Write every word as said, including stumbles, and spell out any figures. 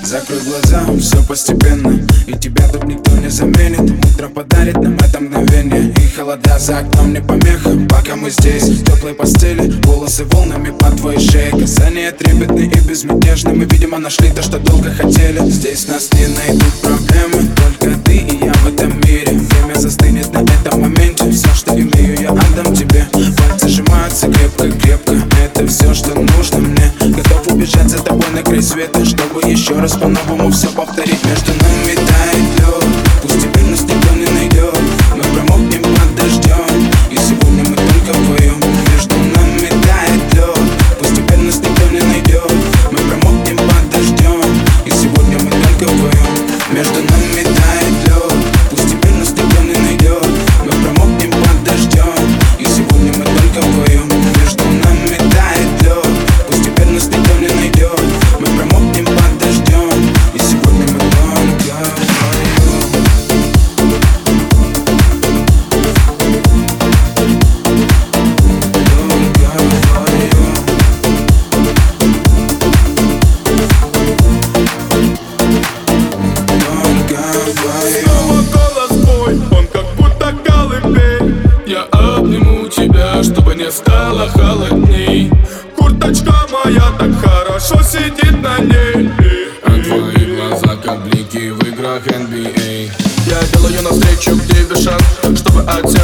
Закрой глаза, все постепенно, и тебя тут никто не заменит. Утро подарит нам это мгновение, и холода за окном не помеха. Пока мы здесь, в теплой постели, волосы волнами по твоей шее. Касания трепетные и безмятежные, мы, видимо, нашли то, что долго хотели. Здесь нас не найдут проблемы, только ты и я в этом мире. Время застынет на этом моменте, все, что имею, я отдам тебе. Пальцы сжимаются крепко-крепко, это все, что нужно мне. Готов убежать за тобой на край света, чтобы еще раз по-новому все повторить. Между нами тает лед, пусть теперь нас никто не найдет. Мы промокнем под дождем, и сегодня мы только вдвоем. Между нами тает лед, пусть теперь нас никто не найдет. Мы промокнем под дождем, и сегодня мы только вдвоем. Между нами тает лед, пусть теперь нас никто не найдет. Мы промокнем под дождем, и сегодня мы только вдвоем. Между нами тает лед, пусть теперь нас никто не найдет. Мы промокнем под дождем, и сегодня мы только вдвоем. Снова голос мой, он как будто колыбель. Я обниму тебя, чтобы не стало холодней. Курточка моя так хорошо сидит на ней, А твои глаза как блики в играх эн би эй. я делаю навстречу к тебе шаг, чтобы от тебя